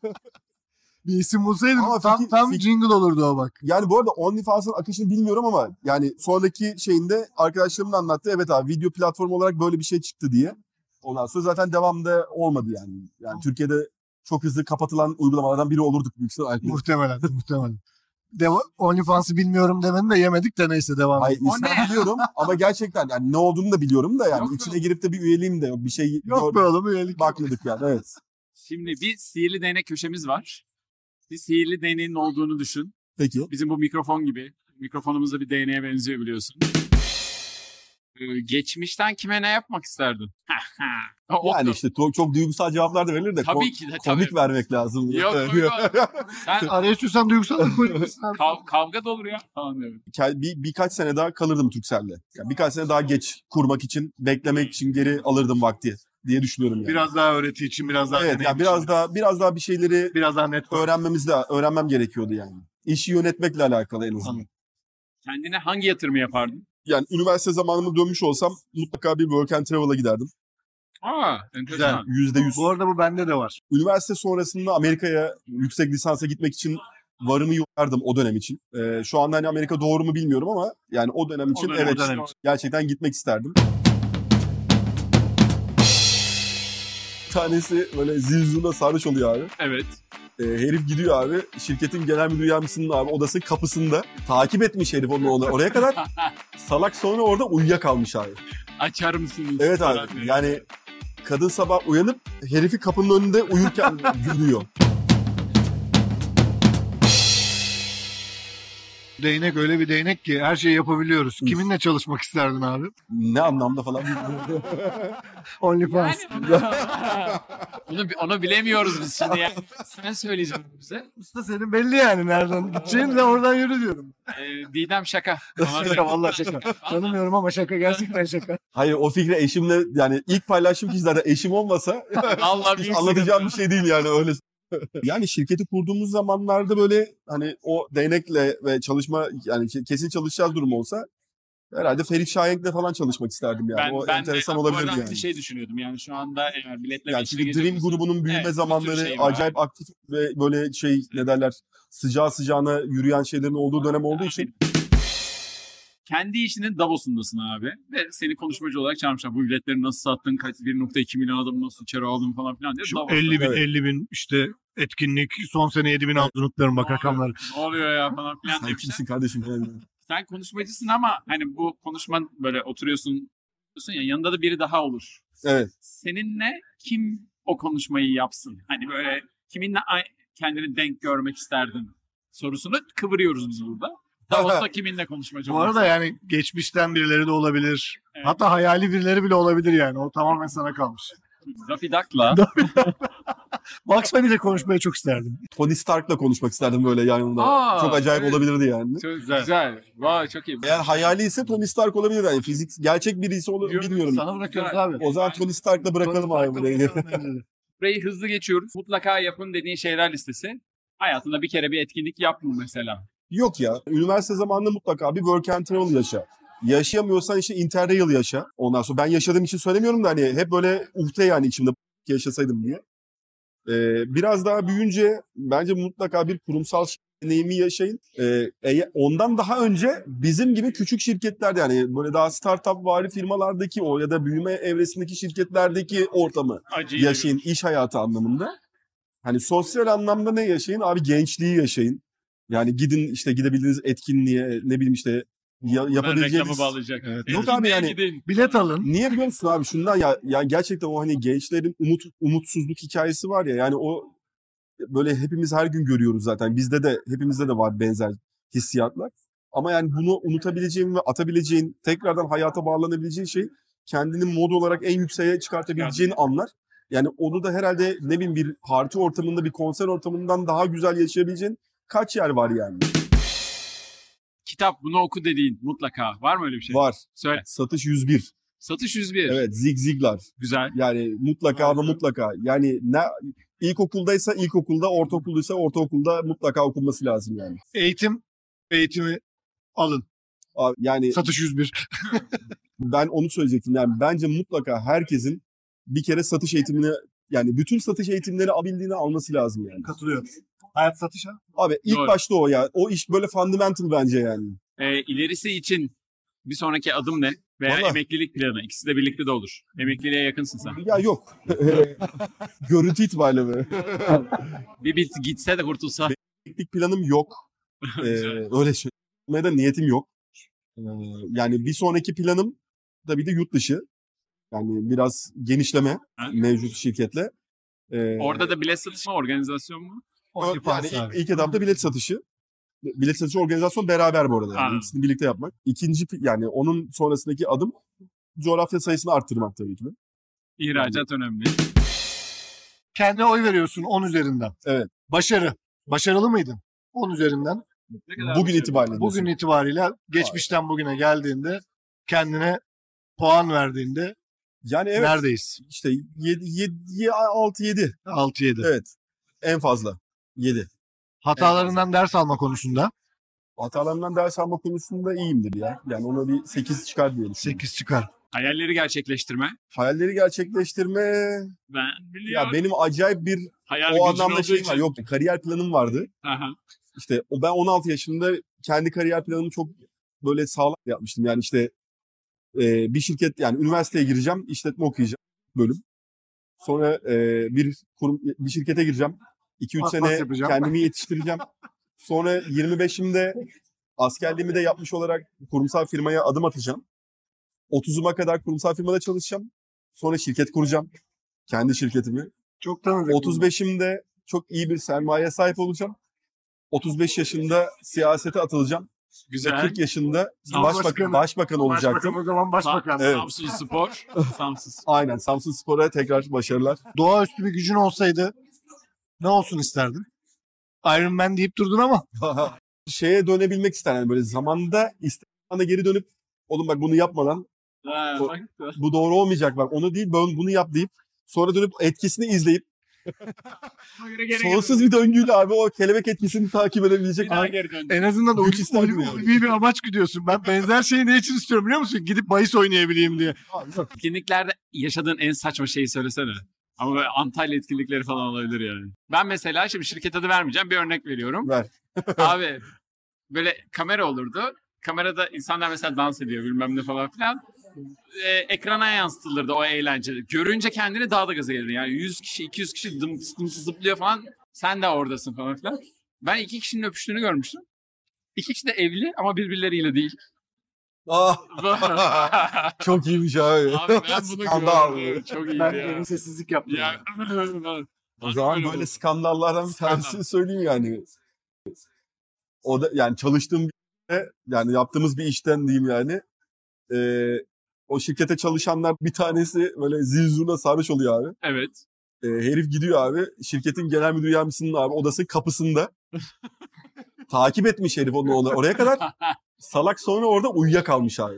S2: Bir isim bulsaydın
S1: Ama
S2: tam,
S1: fikir-
S2: tam
S1: fikir-
S2: jingle olurdu o bak.
S1: Yani bu arada OnlyFans'ın akışını bilmiyorum ama yani sonraki şeyinde arkadaşlarım da anlattı. Evet abi video platformu olarak böyle bir şey çıktı diye. Ondan sonra zaten devamda olmadı yani. Yani Türkiye'de çok hızlı kapatılan uygulamalardan biri olurduk büyük ihtimalle.
S2: Muhtemelen, muhtemelen. Deva- OnlyFans'ı bilmiyorum demeni de yemedik de neyse devam
S1: Hayır
S2: edelim.
S3: O
S1: ismini
S3: ne?
S1: biliyorum ama gerçekten yani ne olduğunu da biliyorum da yani
S3: Yok,
S1: içine girip de bir üyeliğim de yok. Bir şey
S2: Yok
S1: gör-
S2: be oğlum üyelik.
S1: bakmadık yani evet.
S3: Şimdi bir sihirli değnek köşemiz var. Bir sihirli değneğin olduğunu düşün.
S1: Peki.
S3: Bizim bu mikrofon gibi. Mikrofonumuz da bir değneğe benziyor biliyorsun. Ee, geçmişten kime ne yapmak isterdin? O-
S1: Yani işte to- çok duygusal cevaplar da verilir de
S3: Tabii
S1: ko-
S3: ki de,
S1: komik
S3: tabii.
S1: vermek lazım.
S3: Yok, yok, yok. Sen
S2: Araya istiyorsan duygusal da koyabilirsin.
S3: kav- kavga da olur ya. Falan diyorum.
S1: Ke- bir, birkaç sene daha kalırdım Turkcell'de. Yani birkaç sene daha geç kurmak için, beklemek için geri alırdım vakti diye düşünüyorum yani.
S2: Biraz daha öğreti için, biraz daha
S1: evet
S2: deneyim
S1: yani biraz
S2: için.
S1: daha biraz daha bir şeyleri
S2: Biraz daha net.
S1: öğrenmemiz de öğrenmem gerekiyordu yani. İşi yönetmekle alakalı en azından.
S2: Anladım.
S3: Kendine hangi yatırımı yapardın?
S1: Yani üniversite zamanımı dönmüş olsam mutlaka bir work and travel'a giderdim.
S3: Aa, enteresan.
S1: Yüzde yüz.
S2: Bu arada bu bende de var.
S1: Üniversite sonrasında Amerika'ya yüksek lisansa gitmek için varımı yoğardım o dönem için. Ee, şu anda hani Amerika doğru mu bilmiyorum ama yani o dönem için
S3: dönem,
S1: evet
S2: o dönem için.
S1: gerçekten gitmek isterdim. Bir tanesi böyle zilzurla sarhoş oluyor abi.
S3: Evet.
S1: Ee, herif gidiyor abi. Şirketin genel müdür yardımcısının abi odası kapısında. Takip etmiş herif onu ona- oraya kadar. Salak sonra orada uyuyakalmış abi.
S3: Açar mısınız?
S1: Evet
S3: Falan
S1: abi.
S3: diye.
S1: Yani kadın sabah uyanıp herifi kapının önünde uyurken görüyor.
S2: Değnek öyle bir değnek ki her şeyi yapabiliyoruz.
S1: Hı.
S2: Kiminle çalışmak isterdin abi?
S1: Ne anlamda falan bilmiyorum.
S2: OnlyFans.
S3: Yani onu, onu bilemiyoruz biz şimdi yani. Sen söyleyeceksin bize.
S2: Usta senin belli yani nereden gideceğin de oradan yürü diyorum.
S3: Ee, Didem şaka.
S2: Şaka vallahi şaka. Tanımıyorum ama şaka gerçekten şaka.
S1: Hayır, o fikri eşimle, yani ilk paylaştığım kişilerde eşim olmasa
S3: Allah
S1: hiç
S3: büyük
S1: anlatacağım bir şey değil yani, öyle. Yani şirketi kurduğumuz zamanlarda böyle hani o değnekle ve çalışma, yani kesin çalışacağız durum olsa herhalde Ferit Şahenk'le falan çalışmak isterdim yani.
S3: Ben,
S1: o
S3: ben
S1: enteresan
S3: de
S1: olabilirdi
S3: oradan
S1: yani.
S3: bir şey düşünüyordum. Yani şu anda eğer biletle
S1: Yani
S3: beşine
S1: çünkü Dream
S3: geçiyorsa-
S1: grubunun büyüme
S3: Evet, bir sürü
S1: zamanları
S3: şey var.
S1: acayip aktif ve böyle şey, ne derler, sıcağı sıcağına yürüyen şeylerin olduğu dönem olduğu için
S3: Kendi işinin Davos'undasın abi. Ve seni konuşmacı olarak çağırmışlar. Bu biletleri nasıl sattın? Kaç, bir nokta iki milyon adamı nasıl içeri aldın falan filan diye.
S2: Şu
S3: Davos'ta.
S2: elli bin
S1: Evet.
S2: elli bin işte etkinlik son sene yedi bin aldın unutmuyorum bak rakamları.
S3: Ne oluyor ya falan filan
S1: sen
S3: demişler.
S1: kimsin kardeşim falan.
S3: Sen konuşmacısın ama hani bu konuşman böyle oturuyorsun diyorsun ya, yanında da biri daha olur.
S1: Evet.
S3: Seninle kim o konuşmayı yapsın? Hani böyle kiminle ay- kendini denk görmek isterdin sorusunu kıvırıyoruz biz burada. Davos'ta kiminle konuşmacı
S2: Bu arada
S3: olursa.
S2: yani geçmişten birileri de olabilir.
S3: Evet.
S2: Hatta hayali birileri bile olabilir yani. O tamamen sana kalmış.
S3: Daffy Duck'la
S2: Bugs Bunny'le konuşmayı çok isterdim.
S1: Tony Stark'la konuşmak isterdim böyle yanımda.
S3: Aa,
S1: Çok acayip
S3: evet.
S1: olabilirdi yani.
S3: çok
S2: Güzel.
S3: güzel. Vay çok iyi.
S1: Eğer hayali ise Tony Stark olabilir yani. Fizik gerçek birisi olur
S3: Biliyorum,
S1: bilmiyorum.
S2: Sana bırakıyoruz
S3: Güzel.
S2: abi.
S1: O zaman Tony Stark'la bırakalım abi burayı.
S3: Burayı hızlı geçiyoruz. Mutlaka yapın dediğin şeyler listesi. Hayatında bir kere bir etkinlik yapma mesela.
S1: Yok ya. Üniversite zamanında mutlaka bir work and travel yaşa. Yaşayamıyorsan işte Interrail yaşa. Ondan sonra ben yaşadığım için söylemiyorum da hani hep böyle uhde yani içimde yaşasaydım diye. Ee, biraz daha büyüyünce bence mutlaka bir kurumsal deneyimi yaşayın. Ee, e- ondan daha önce bizim gibi küçük şirketlerde, yani böyle daha startup vari firmalardaki o ya da büyüme evresindeki şirketlerdeki ortamı
S3: Acıyı
S1: yaşayın, iş hayatı anlamında. Hani sosyal anlamda ne yaşayın? Abi gençliği yaşayın. Yani gidin işte gidebildiğiniz etkinliğe, ne bileyim işte ya,
S3: Bunlar
S1: yapabileceğiniz...
S3: reklamı bağlayacak.
S2: Evet.
S1: Yok abi yani-
S3: Gidin.
S2: Bilet alın.
S1: Niye biliyor musun abi? Şundan ya, ya gerçekten o hani gençlerin umut umutsuzluk hikayesi var ya, yani o böyle hepimiz her gün görüyoruz zaten. Bizde de, hepimizde de var benzer hissiyatlar. Ama yani bunu unutabileceğin ve atabileceğin, tekrardan hayata bağlanabileceğin şey kendini mod olarak en yükseğe çıkartabileceğin anlar. Yani onu da herhalde ne bileyim bir parti ortamında, bir konser ortamından daha güzel yaşayabileceğin kaç yer var yani?
S3: Kitap bunu oku dediğin mutlaka. Var mı öyle bir şey?
S1: Var.
S3: Söyle.
S1: Satış yüz bir.
S3: Satış yüz bir.
S1: Evet, Zig Ziglar.
S3: Güzel.
S1: Yani mutlaka ama mutlaka. Yani ne ilkokuldaysa ilkokulda, ortaokuldaysa ortaokulda mutlaka okunması lazım yani.
S2: Eğitim, eğitimi alın.
S1: Abi, yani
S2: Satış yüz bir.
S1: ben onu söyleyecektim. Yani bence mutlaka herkesin bir kere satış eğitimini, yani bütün satış eğitimleri alabildiğini alması lazım yani.
S2: Katılıyorum. Hayat satışa.
S1: Abi ilk
S3: Doğru.
S1: başta o ya. O iş böyle fundamental bence yani.
S3: Ee, ilerisi için bir sonraki adım ne? Veya
S1: Vallahi-
S3: emeklilik planı. İkisi de birlikte de olur. Emekliliğe yakınsın sen.
S1: Ya yok. Görüntü itibariyle böyle.
S3: Bir bit gitse de kurtulsa.
S1: Teknik planım yok. Ee,
S3: Güzel.
S1: öyle söylemeye de niyetim yok. Ee, yani bir sonraki planım tabii de yurt dışı. Yani biraz genişleme
S3: Ha?
S1: mevcut şirketle. Ee,
S3: Orada da bilet satış mı, organizasyon mu?
S1: yani
S2: OnlyFans
S1: ilk,
S2: abi.
S1: ilk etapta bilet satışı. Bilet satışı organizasyon beraber bu arada. Yani.
S3: Anladım.
S1: İkisini birlikte yapmak. İkinci pi- yani onun sonrasındaki adım coğrafya sayısını arttırmak tabii ki de.
S3: İhracat önemli.
S2: Kendine oy veriyorsun on üzerinden.
S1: Evet.
S2: Başarı. Başarılı mıydın? on üzerinden.
S3: Ne kadar
S1: Bugün
S3: başarılı.
S1: itibariyle.
S2: Bugün itibariyle geçmişten bugüne geldiğinde kendine puan verdiğinde
S1: Yani evet.
S2: neredeyiz?
S1: İşte yedi, altı yedi.
S2: altı yedi.
S1: Evet. En fazla. yedi.
S2: Hatalarından ders alma konusunda
S1: Hatalarımdan ders alma konusunda iyiyimdir ya. Yani ona bir sekiz çıkar diye düşünüyorum.
S2: sekiz çıkar.
S3: Hayalleri gerçekleştirme.
S1: Hayalleri gerçekleştirme...
S3: Ben
S1: Ya
S3: biliyorum.
S1: benim acayip bir
S3: Hayal
S1: o
S3: gücün
S1: anlamda
S3: olduğu
S1: şeyim
S3: için.
S1: var. Yok, kariyer planım vardı.
S3: Aha.
S1: İşte o ben on altı yaşında kendi kariyer planımı çok böyle sağlam yapmıştım. Yani işte e, bir şirket, yani üniversiteye gireceğim, işletme okuyacağım bölüm. Sonra e, bir kurum, bir şirkete gireceğim. iki üç
S2: Pas
S1: sene
S2: pas yapacağım.
S1: kendimi yetiştireceğim. Sonra yirmi beşimde askerliğimi de yapmış olarak kurumsal firmaya adım atacağım. otuzuma kadar kurumsal firmada çalışacağım. Sonra şirket kuracağım. Kendi şirketimi.
S2: Çok tanıdık.
S1: otuz beşimde çok iyi bir sermaye sahip olacağım. otuz beş yaşında siyasete atılacağım.
S3: Güzel.
S1: kırk yaşında
S3: Samsun
S1: başbakan,
S2: Başkanı.
S1: başbakan olacaktım.
S2: Başbakan o zaman başbakan.
S1: Evet.
S3: Samsun Spor. Samsun Spor.
S1: Aynen. Samsun Spor'a tekrar başarılar.
S2: Doğaüstü bir gücün olsaydı ne olsun isterdin? Iron Man deyip durdun ama.
S1: Şeye dönebilmek ister yani böyle zamanda istemanda geri dönüp oğlum bak bunu yapmadan
S3: Ha,
S1: O-
S3: bak.
S1: bu doğru olmayacak bak onu değil ben bunu yap deyip sonra dönüp etkisini izleyip
S3: Ona göre geri
S1: sonsuz bir döngüyle abi o kelebek etkisini takip edebilecek.
S3: Bir daha geri dön.
S2: En azından
S1: Güç
S2: ulvi,
S1: isterdim
S2: ulvi,
S1: yani.
S2: ulvi bir amaç gidiyorsun. Ben benzer şeyi ne için istiyorum biliyor musun? Gidip bahis oynayabileyim diye.
S3: Etkinliklerde yaşadığın en saçma şeyi söylesene. Ama böyle Antalya etkinlikleri falan olabilir yani. Ben mesela şimdi şirket adı vermeyeceğim. Bir örnek veriyorum.
S1: Ver.
S3: Abi böyle kamera olurdu. Kamerada insanlar mesela dans ediyor bilmem ne falan filan. Ee, ekrana yansıtılırdı o eğlence. Görünce kendini daha da gaza gelir. Yani yüz kişi, iki yüz kişi dım dım zıplıyor falan. Sen de oradasın falan filan. Ben iki kişinin öpüştüğünü görmüştüm. İki kişi de evli ama birbirleriyle değil.
S1: Ah, çok iyiymiş abi.
S3: Abi ben bunu
S1: Skandal.
S3: gördüm. Çok iyi
S2: Ben
S3: ya.
S2: yeni sessizlik yaptım.
S3: Ya.
S1: O zaman
S3: Öyle
S1: böyle
S3: oldu.
S1: skandallardan bir tanesini söyleyeyim yani. O da yani çalıştığım bir işte, yani yaptığımız bir işten diyeyim yani. Ee, o şirkete çalışanlar bir tanesi böyle zil sarhoş oluyor abi.
S3: Evet.
S1: Ee, herif gidiyor abi. Şirketin genel müdür yardımcısının abi odasının kapısında. Takip etmiş herif onu ona- oraya kadar. Salak sonra orada uyuyakalmış abi.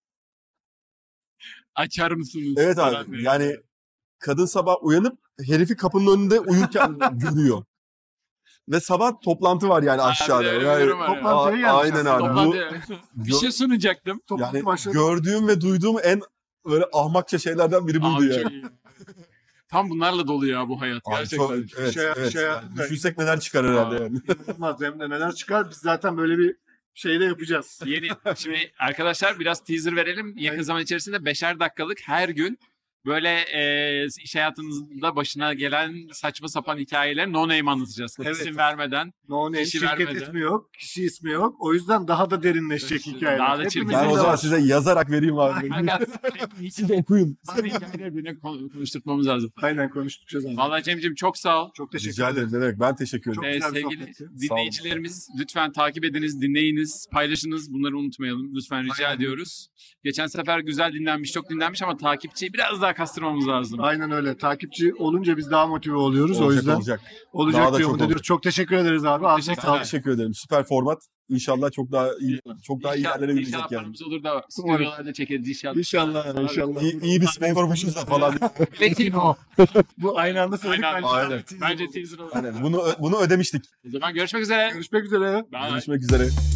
S3: Açar mısınız?
S1: Evet
S3: falan
S1: abi.
S3: diye.
S1: Yani kadın sabah uyanıp herifi kapının önünde uyurken görüyor. Ve sabah toplantı var yani aşağıda.
S3: öyle bir
S1: Yani,
S3: durum var ya.
S2: Toplantıya
S1: A-
S2: gelmiş
S1: aynen
S2: aslında.
S1: abi. Bu,
S3: Toplantı. Bir şey sunacaktım.
S2: Toplantı
S1: yani
S2: başladı.
S1: gördüğüm ve duyduğum en böyle ahmakça şeylerden biri buydu
S3: Abi
S1: yani.
S3: çok iyi. Tam bunlarla dolu ya bu hayat.
S1: Abi
S3: Gerçekten.
S1: çok, evet,
S2: Şey-
S1: evet.
S2: şey-
S1: Yani düşünsek neler çıkar herhalde yani.
S2: İnanılmaz. Hem de neler çıkar. Biz zaten böyle bir şeyde yapacağız.
S3: Yeni, şimdi arkadaşlar biraz teaser verelim. Yakın zaman içerisinde beşer dakikalık her gün böyle e, iş hayatınızda başına gelen saçma sapan hikayeleri no name anlatacağız.
S2: Evet.
S3: İsim vermeden.
S2: No name
S3: Kişi
S2: şirket
S3: vermedi.
S2: ismi yok. Kişi ismi yok. O yüzden daha da derinleşecek hikayeler.
S3: Daha da çirkin.
S2: Hepimizin
S1: Ben o
S2: de
S1: zaman
S2: var.
S1: size yazarak vereyim abi. Siz de okuyun.
S3: Bazı hikayeleri birbirine kon- konuşturmamız lazım.
S2: Aynen konuştukça zaten.
S3: Vallahi Cem'ciğim çok sağ ol.
S2: Çok teşekkür
S1: Rica
S2: ederim.
S1: ederim. Ne demek? Ben teşekkür ederim.
S2: Çok
S3: Ee,
S2: güzel bir
S3: sevgili
S2: sohbetti.
S3: dinleyicilerimiz lütfen takip ediniz, dinleyiniz, paylaşınız. Bunları unutmayalım. Lütfen rica
S2: Aynen.
S3: ediyoruz. Geçen sefer güzel dinlenmiş, çok dinlenmiş ama takipçiyi biraz daha kastırmamız lazım.
S2: Aynen öyle. Takipçi olunca biz daha motive oluyoruz.
S1: Olacak,
S2: o yüzden
S1: olacak.
S2: olacak
S1: Daha da
S2: diye
S1: çok
S2: umut ediyoruz. Çok teşekkür ederiz abi. Ağzına
S3: Teşekkür
S1: Ben
S2: sağlık.
S1: teşekkür ederim. Süper format. İnşallah çok daha iyi, çok daha iyi
S3: İnşallah-
S1: yerlere gidecek
S3: İnşallah
S1: yani.
S3: paramız olur da stüdyolarda çekeriz inşallah.
S2: İnşallah. İnşallah.
S1: İyi, iyi bir sponsormuşuz da falan.
S3: Latino.
S2: Bu aynı anda söyledik.
S3: Aynen.
S2: bence.
S1: Aynen.
S3: Bence teaser olur.
S1: Aynen. Bunu bunu ödemiştik.
S3: O zaman görüşmek üzere.
S2: Görüşmek üzere.
S3: Bye.
S1: Görüşmek üzere.